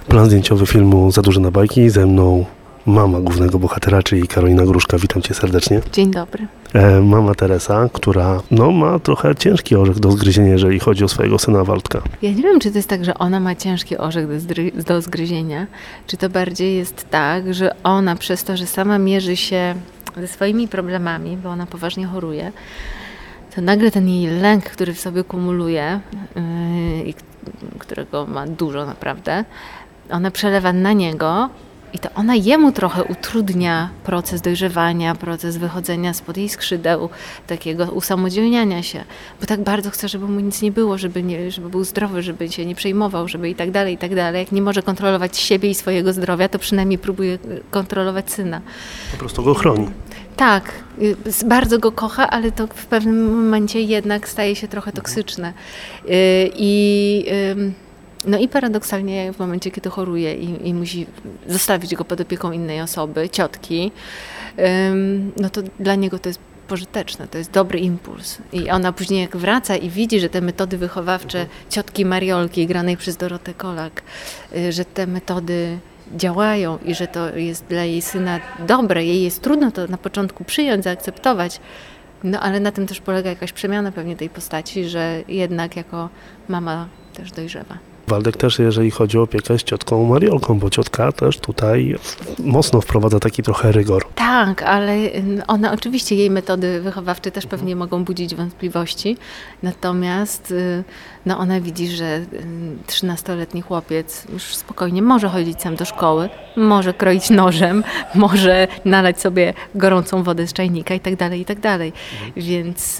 Plan zdjęciowy filmu Za duże na bajki. Ze mną mama głównego bohatera, czyli Karolina Gruszka. Witam cię serdecznie. Dzień dobry. Mama Teresa, która ma trochę ciężki orzech do zgryzienia, jeżeli chodzi o swojego syna Waldka. Ja nie wiem, czy to jest tak, że ona ma ciężki orzech do zgryzienia, czy to bardziej jest tak, że ona przez to, że sama mierzy się ze swoimi problemami, bo ona poważnie choruje, to nagle ten jej lęk, który w sobie kumuluje i którego ma dużo naprawdę, ona przelewa na niego i to ona jemu trochę utrudnia proces dojrzewania, proces wychodzenia spod jej skrzydeł, takiego usamodzielniania się, bo tak bardzo chce, żeby mu nic nie było, żeby był zdrowy, żeby się nie przejmował, żeby i tak dalej, i tak dalej. Jak nie może kontrolować siebie i swojego zdrowia, to przynajmniej próbuje kontrolować syna. Po prostu go chroni. Tak, bardzo go kocha, ale to w pewnym momencie jednak staje się trochę toksyczne. No i paradoksalnie w momencie, kiedy choruje i musi zostawić go pod opieką innej osoby, ciotki, no to dla niego to jest pożyteczne, to jest dobry impuls. I ona później jak wraca i widzi, że te metody wychowawcze ciotki Mariolki, granej przez Dorotę Kolak, że te metody działają i że to jest dla jej syna dobre, jej jest trudno to na początku przyjąć, zaakceptować, no ale na tym też polega jakaś przemiana pewnie tej postaci, że jednak jako mama też dojrzewa. Waldek też, jeżeli chodzi o opiekę z ciotką Mariolką, bo ciotka też tutaj mocno wprowadza taki trochę rygor. Tak, ale ona oczywiście, jej metody wychowawcze też pewnie mogą budzić wątpliwości, natomiast ona widzi, że 13-letni chłopiec już spokojnie może chodzić sam do szkoły, może kroić nożem, może nalać sobie gorącą wodę z czajnika i tak dalej, więc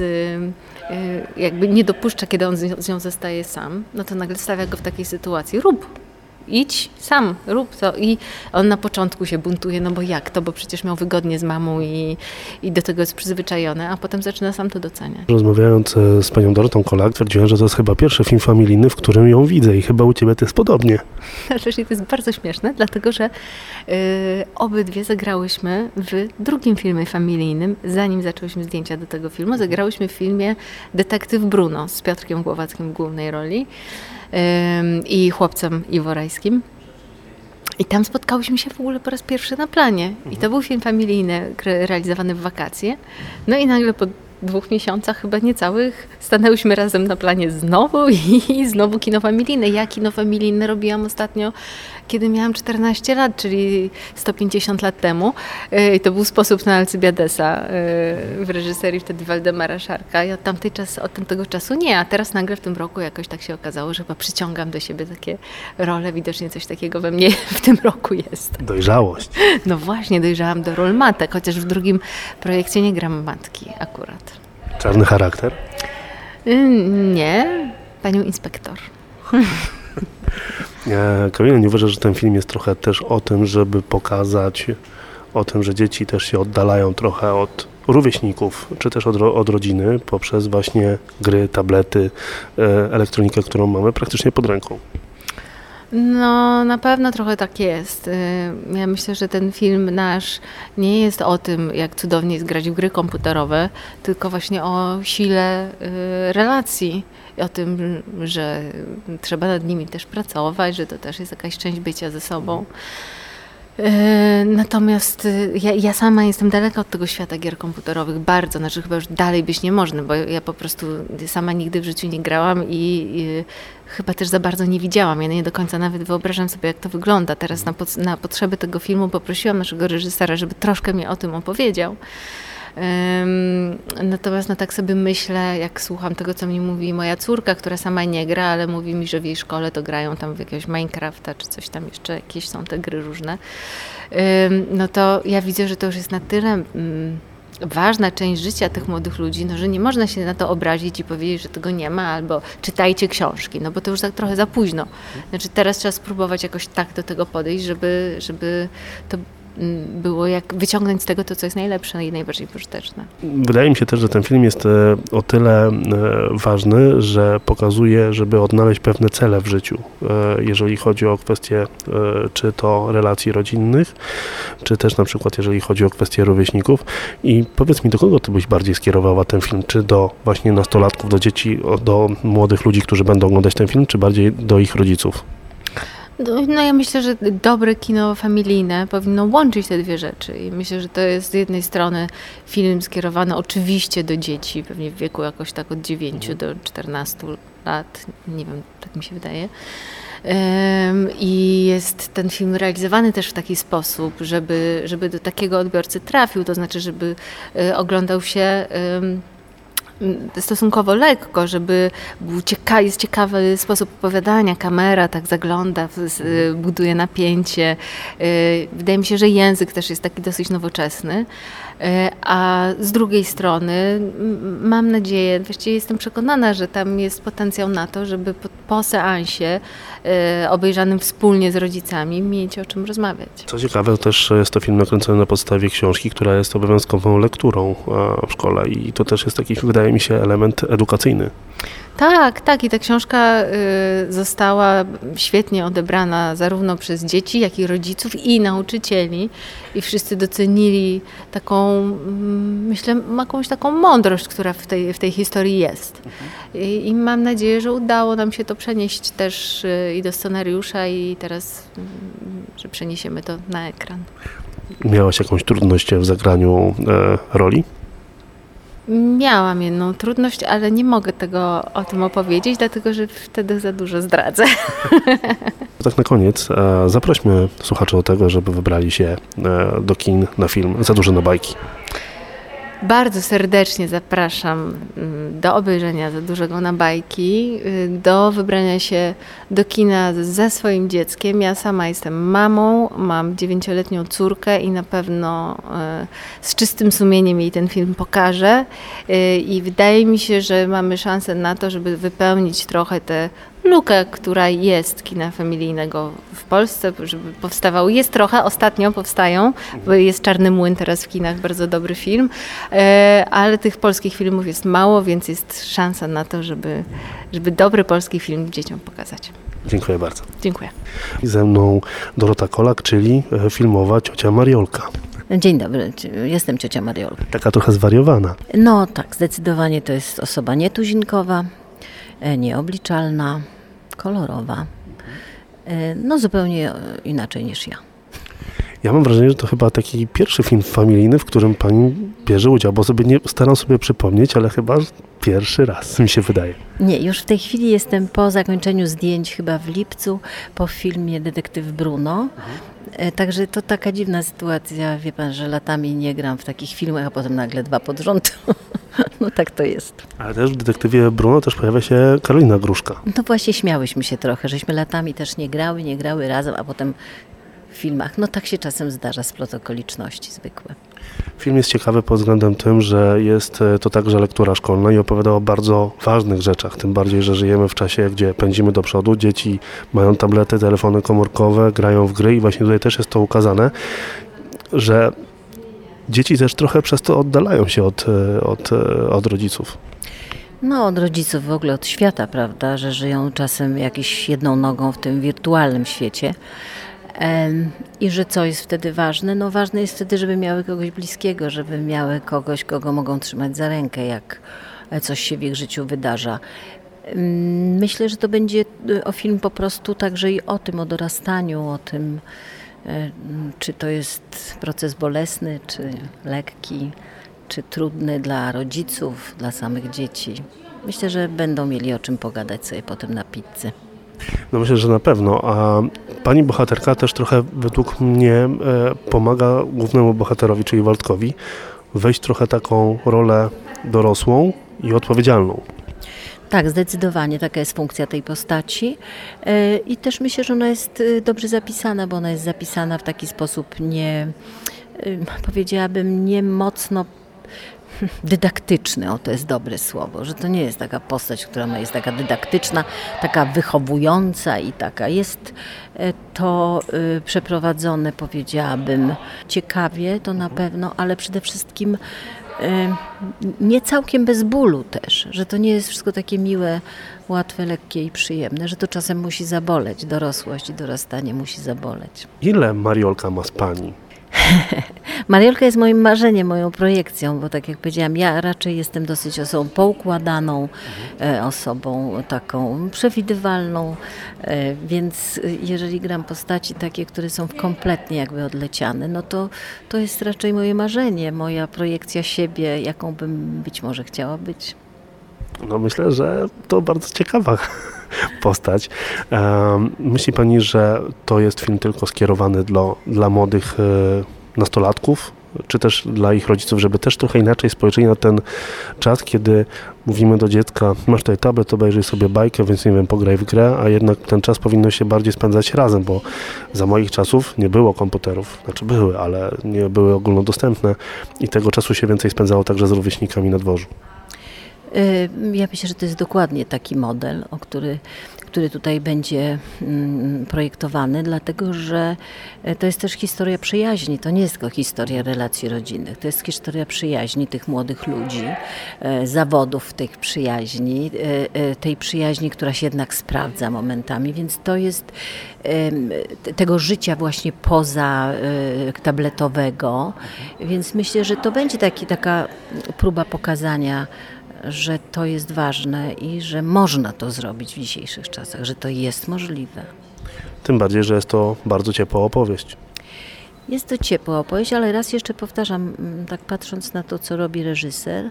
jakby nie dopuszcza, kiedy on z nią zostaje sam, no to nagle stawia go w takiej sytuacji. Idź sam, rób to. I on na początku się buntuje, no bo jak to, bo przecież miał wygodnie z mamą i do tego jest przyzwyczajony, a potem zaczyna sam to doceniać. Rozmawiając z panią Dorotą Kolak, twierdziłem, że to jest chyba pierwszy film familijny, w którym ją widzę i chyba u ciebie to jest podobnie. Zresztą to jest bardzo śmieszne, dlatego że obydwie zagrałyśmy w drugim filmie familijnym, zanim zaczęłyśmy zdjęcia do tego filmu, zagrałyśmy w filmie Detektyw Bruno z Piotrkiem Głowackim w głównej roli i chłopcem Iworajskim. I tam spotkałyśmy się w ogóle po raz pierwszy na planie. I to był film familijny realizowany w wakacje. No i nagle po 2 miesiącach chyba niecałych stanęłyśmy razem na planie znowu i znowu kino familijne. Ja kino familijne robiłam ostatnio, kiedy miałam 14 lat, czyli 150 lat temu. I to był Sposób na Alcybiadesa w reżyserii wtedy Waldemara Szarka. Ja od tamtego czasu nie, a teraz nagle w tym roku jakoś tak się okazało, że chyba przyciągam do siebie takie role. Widocznie coś takiego we mnie w tym roku jest. Dojrzałość. No właśnie, dojrzałam do ról matek, chociaż w drugim projekcie nie gram matki akurat. Czarny charakter? Nie, panią inspektor. Karolina, nie uważasz, że ten film jest trochę też o tym, żeby pokazać o tym, że dzieci też się oddalają trochę od rówieśników, czy też od rodziny poprzez właśnie gry, tablety, elektronikę, którą mamy praktycznie pod ręką? No, na pewno trochę tak jest. Ja myślę, że ten film nasz nie jest o tym, jak cudownie jest grać w gry komputerowe, tylko właśnie o sile relacji. O tym, że trzeba nad nimi też pracować, że to też jest jakaś część bycia ze sobą. Natomiast ja sama jestem daleka od tego świata gier komputerowych bardzo, znaczy chyba już dalej być nie można, bo ja po prostu sama nigdy w życiu nie grałam i chyba też za bardzo nie widziałam. Ja nie do końca nawet wyobrażam sobie, jak to wygląda. Teraz na potrzeby tego filmu poprosiłam naszego reżysera, żeby troszkę mi o tym opowiedział. Natomiast tak sobie myślę, jak słucham tego, co mi mówi moja córka, która sama nie gra, ale mówi mi, że w jej szkole to grają tam w jakiegoś Minecrafta, czy coś tam jeszcze, jakieś są te gry różne, no to ja widzę, że to już jest na tyle ważna część życia tych młodych ludzi, no, że nie można się na to obrazić i powiedzieć, że tego nie ma, albo czytajcie książki, no bo to już tak trochę za późno. Znaczy teraz trzeba spróbować jakoś tak do tego podejść, żeby to było jak wyciągnąć z tego to, co jest najlepsze i najbardziej pożyteczne. Wydaje mi się też, że ten film jest o tyle ważny, że pokazuje, żeby odnaleźć pewne cele w życiu, jeżeli chodzi o kwestie czy to relacji rodzinnych, czy też na przykład jeżeli chodzi o kwestie rówieśników. I powiedz mi, do kogo ty byś bardziej skierowała ten film? Czy do właśnie nastolatków, do dzieci, do młodych ludzi, którzy będą oglądać ten film, czy bardziej do ich rodziców? No ja myślę, że dobre kino familijne powinno łączyć te dwie rzeczy i myślę, że to jest z jednej strony film skierowany oczywiście do dzieci, pewnie w wieku jakoś tak od 9 do 14 lat, nie wiem, tak mi się wydaje. I jest ten film realizowany też w taki sposób, żeby do takiego odbiorcy trafił, to znaczy, żeby oglądał się stosunkowo lekko, żeby jest ciekawy sposób opowiadania, kamera tak zagląda, buduje napięcie. Wydaje mi się, że język też jest taki dosyć nowoczesny, a z drugiej strony mam nadzieję, właściwie jestem przekonana, że tam jest potencjał na to, żeby po seansie obejrzanym wspólnie z rodzicami mieć o czym rozmawiać. Co ciekawe, też jest to film nakręcony na podstawie książki, która jest obowiązkową lekturą w szkole i to też jest taki, wydaje mi się, element edukacyjny. Tak. I ta książka została świetnie odebrana zarówno przez dzieci, jak i rodziców i nauczycieli. I wszyscy docenili taką, myślę, jakąś taką mądrość, która w tej historii jest. I mam nadzieję, że udało nam się to przenieść też i do scenariusza i teraz, że przeniesiemy to na ekran. Miałaś jakąś trudność w zagraniu roli? Miałam jedną trudność, ale nie mogę o tym opowiedzieć, dlatego że wtedy za dużo zdradzę. Tak na koniec zaprośmy słuchaczy do tego, żeby wybrali się do kin na film Za duże na bajki. Bardzo serdecznie zapraszam do obejrzenia Za dużego na bajki, do wybrania się do kina ze swoim dzieckiem. Ja sama jestem mamą, mam 9-letnią córkę i na pewno z czystym sumieniem jej ten film pokażę. I wydaje mi się, że mamy szansę na to, żeby wypełnić trochę tę lukę, która jest kina familijnego w Polsce, żeby powstawał. Jest trochę, ostatnio powstają, bo jest Czarny Młyn teraz w kinach, bardzo dobry film, ale tych polskich filmów jest mało, więc jest szansa na to, żeby dobry polski film dzieciom pokazać. Dziękuję bardzo. Dziękuję. Ze mną Dorota Kolak, czyli filmowa ciocia Mariolka. Dzień dobry, jestem ciocia Mariolka. Taka trochę zwariowana. No tak, zdecydowanie to jest osoba nietuzinkowa, nieobliczalna, kolorowa, no zupełnie inaczej niż ja. Ja mam wrażenie, że to chyba taki pierwszy film familijny, w którym pani bierze udział, bo staram sobie przypomnieć, ale chyba pierwszy raz mi się wydaje. Nie, już w tej chwili jestem po zakończeniu zdjęć chyba w lipcu, po filmie Detektyw Bruno. Także to taka dziwna sytuacja, wie pan, że latami nie gram w takich filmach, a potem nagle 2 pod rząd. No tak to jest. Ale też w Detektywie Bruno też pojawia się Karolina Gruszka. No właśnie śmiałyśmy się trochę, żeśmy latami też nie grały razem, a potem w filmach. No tak się czasem zdarza, splot okoliczności zwykłe. Film jest ciekawy pod względem tym, że jest to także lektura szkolna i opowiada o bardzo ważnych rzeczach, tym bardziej, że żyjemy w czasie, gdzie pędzimy do przodu, dzieci mają tablety, telefony komórkowe, grają w gry i właśnie tutaj też jest to ukazane, że dzieci też trochę przez to oddalają się od rodziców. No od rodziców, w ogóle od świata, prawda, że żyją czasem jakąś jedną nogą w tym wirtualnym świecie. I że co jest wtedy ważne? No ważne jest wtedy, żeby miały kogoś bliskiego, żeby miały kogoś, kogo mogą trzymać za rękę, jak coś się w ich życiu wydarza. Myślę, że to będzie film po prostu także i o tym, o dorastaniu, o tym, czy to jest proces bolesny, czy lekki, czy trudny dla rodziców, dla samych dzieci. Myślę, że będą mieli o czym pogadać sobie potem na pizzy. No myślę, że na pewno, a pani bohaterka też trochę według mnie pomaga głównemu bohaterowi, czyli Waldkowi, wejść trochę taką rolę dorosłą i odpowiedzialną. Tak, zdecydowanie taka jest funkcja tej postaci i też myślę, że ona jest dobrze zapisana, bo ona jest zapisana w taki sposób powiedziałabym, nie mocno dydaktyczny, to jest dobre słowo, że to nie jest taka postać, która jest taka dydaktyczna, taka wychowująca i taka. Jest to przeprowadzone, powiedziałabym, ciekawie, to na pewno, ale przede wszystkim nie całkiem bez bólu też, że to nie jest wszystko takie miłe, łatwe, lekkie i przyjemne, że to czasem musi zaboleć, dorosłość i dorastanie musi zaboleć. Ile Mariolka ma z pani? Mariolka jest moim marzeniem, moją projekcją, bo tak jak powiedziałam, ja raczej jestem dosyć osobą poukładaną, osobą taką przewidywalną, więc jeżeli gram postaci takie, które są kompletnie jakby odleciane, no to jest raczej moje marzenie, moja projekcja siebie, jaką bym być może chciała być. No myślę, że to bardzo ciekawa postać. Myśli Pani, że to jest film tylko skierowany dla młodych nastolatków, czy też dla ich rodziców, żeby też trochę inaczej spojrzeli na ten czas, kiedy mówimy do dziecka, masz tutaj tablet, obejrzyj sobie bajkę, więc nie wiem, pograj w grę, a jednak ten czas powinno się bardziej spędzać razem, bo za moich czasów nie było komputerów, znaczy były, ale nie były ogólnodostępne i tego czasu się więcej spędzało także z rówieśnikami na dworzu. Ja myślę, że to jest dokładnie taki model, który tutaj będzie projektowany, dlatego że to jest też historia przyjaźni. To nie jest tylko historia relacji rodzinnych, to jest historia przyjaźni tych młodych ludzi, zawodów tych przyjaźni, tej przyjaźni, która się jednak sprawdza momentami, więc to jest tego życia właśnie poza tabletowego, więc myślę, że to będzie taka próba pokazania, że to jest ważne i że można to zrobić w dzisiejszych czasach, że to jest możliwe. Tym bardziej, że jest to bardzo ciepła opowieść. Jest to ciepła opowieść, ale raz jeszcze powtarzam, tak patrząc na to, co robi reżyser,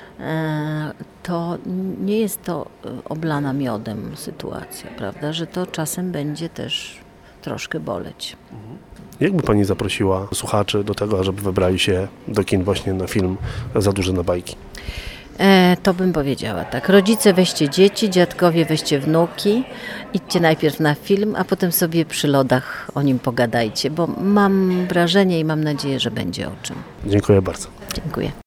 to nie jest to oblana miodem sytuacja, prawda, że to czasem będzie też troszkę boleć. Jak by Pani zaprosiła słuchaczy do tego, żeby wybrali się do kin właśnie na film Za duże na bajki? To bym powiedziała tak. Rodzice weźcie dzieci, dziadkowie weźcie wnuki, idźcie najpierw na film, a potem sobie przy lodach o nim pogadajcie, bo mam wrażenie i mam nadzieję, że będzie o czym. Dziękuję bardzo. Dziękuję.